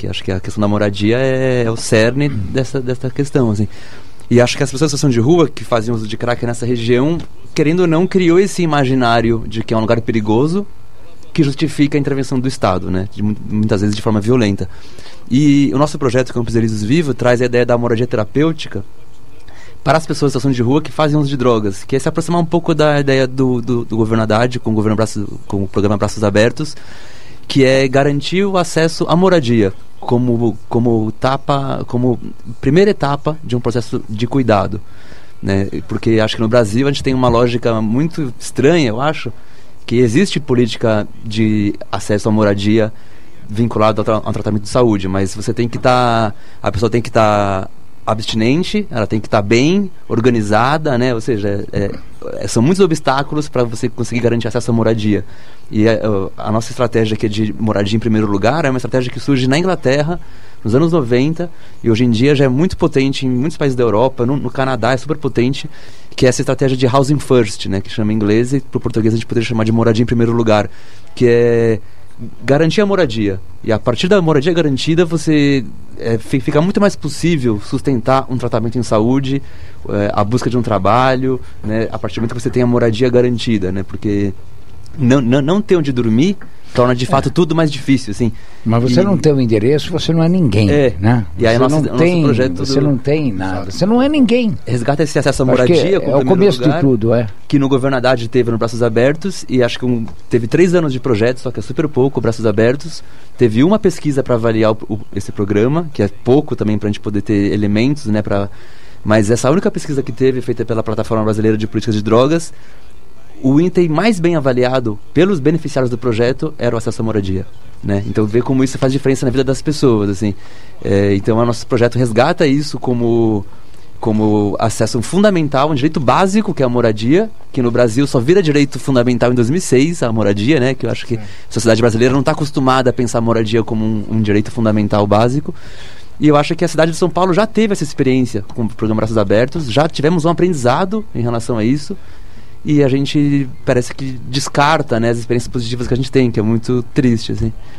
Que acho que a questão da moradia é o cerne dessa questão, assim. E acho que as pessoas em situação de rua que faziam uso de crack nessa região, querendo ou não, criou esse imaginário de que é um lugar perigoso que justifica a intervenção do Estado, né? Muitas vezes de forma violenta. E o nosso projeto Campos Elíseos Vivo traz a ideia da moradia terapêutica para as pessoas em situação de rua que fazem uso de drogas, que é se aproximar um pouco da ideia do governo Haddad com o programa Braços Abertos, que é garantir o acesso à moradia como primeira etapa de um processo de cuidado, né? Porque acho que no Brasil a gente tem uma lógica muito estranha, eu acho, que existe política de acesso à moradia vinculada ao tratamento de saúde, mas você tem que a pessoa tem que estar abstinente, ela tem que estar bem organizada, né? Ou seja, são muitos obstáculos para você conseguir garantir acesso à moradia. E a nossa estratégia aqui de moradia em primeiro lugar é uma estratégia que surge na Inglaterra nos anos 90 e hoje em dia já é muito potente em muitos países da Europa, no Canadá é super potente, que é essa estratégia de housing first, né? Que chama em inglês e para o português a gente poderia chamar de moradia em primeiro lugar, que é garantir a moradia. E a partir da moradia garantida, você fica muito mais possível sustentar um tratamento em saúde, a busca de um trabalho, né, a partir do momento que você tem a moradia garantida, né, porque não ter onde dormir torna de fato tudo mais difícil, assim. Mas você não tem o endereço, você não é ninguém, né? E aí nosso projeto você não tem nada, você não é ninguém. Resgata esse acesso à moradia é o começo lugar, de tudo, que no governo Haddad teve no Braços Abertos, e acho que teve 3 anos de projeto, só que é super pouco, Braços Abertos. Teve uma pesquisa para avaliar esse programa, que é pouco também para a gente poder ter elementos, né, mas essa única pesquisa que teve, feita pela Plataforma Brasileira de Políticas de Drogas, o item mais bem avaliado pelos beneficiários do projeto era o acesso à moradia, né? Então ver como isso faz diferença na vida das pessoas, assim. Então o nosso projeto resgata isso como acesso fundamental, um direito básico, que é a moradia, que no Brasil só vira direito fundamental em 2006, a moradia, né? Que eu acho que a sociedade brasileira não está acostumada a pensar a moradia como um direito fundamental básico. E eu acho que a cidade de São Paulo já teve essa experiência com o programa Braços Abertos, já tivemos um aprendizado em relação a isso, e a gente parece que descarta, né, as experiências positivas que a gente tem, que é muito triste, assim.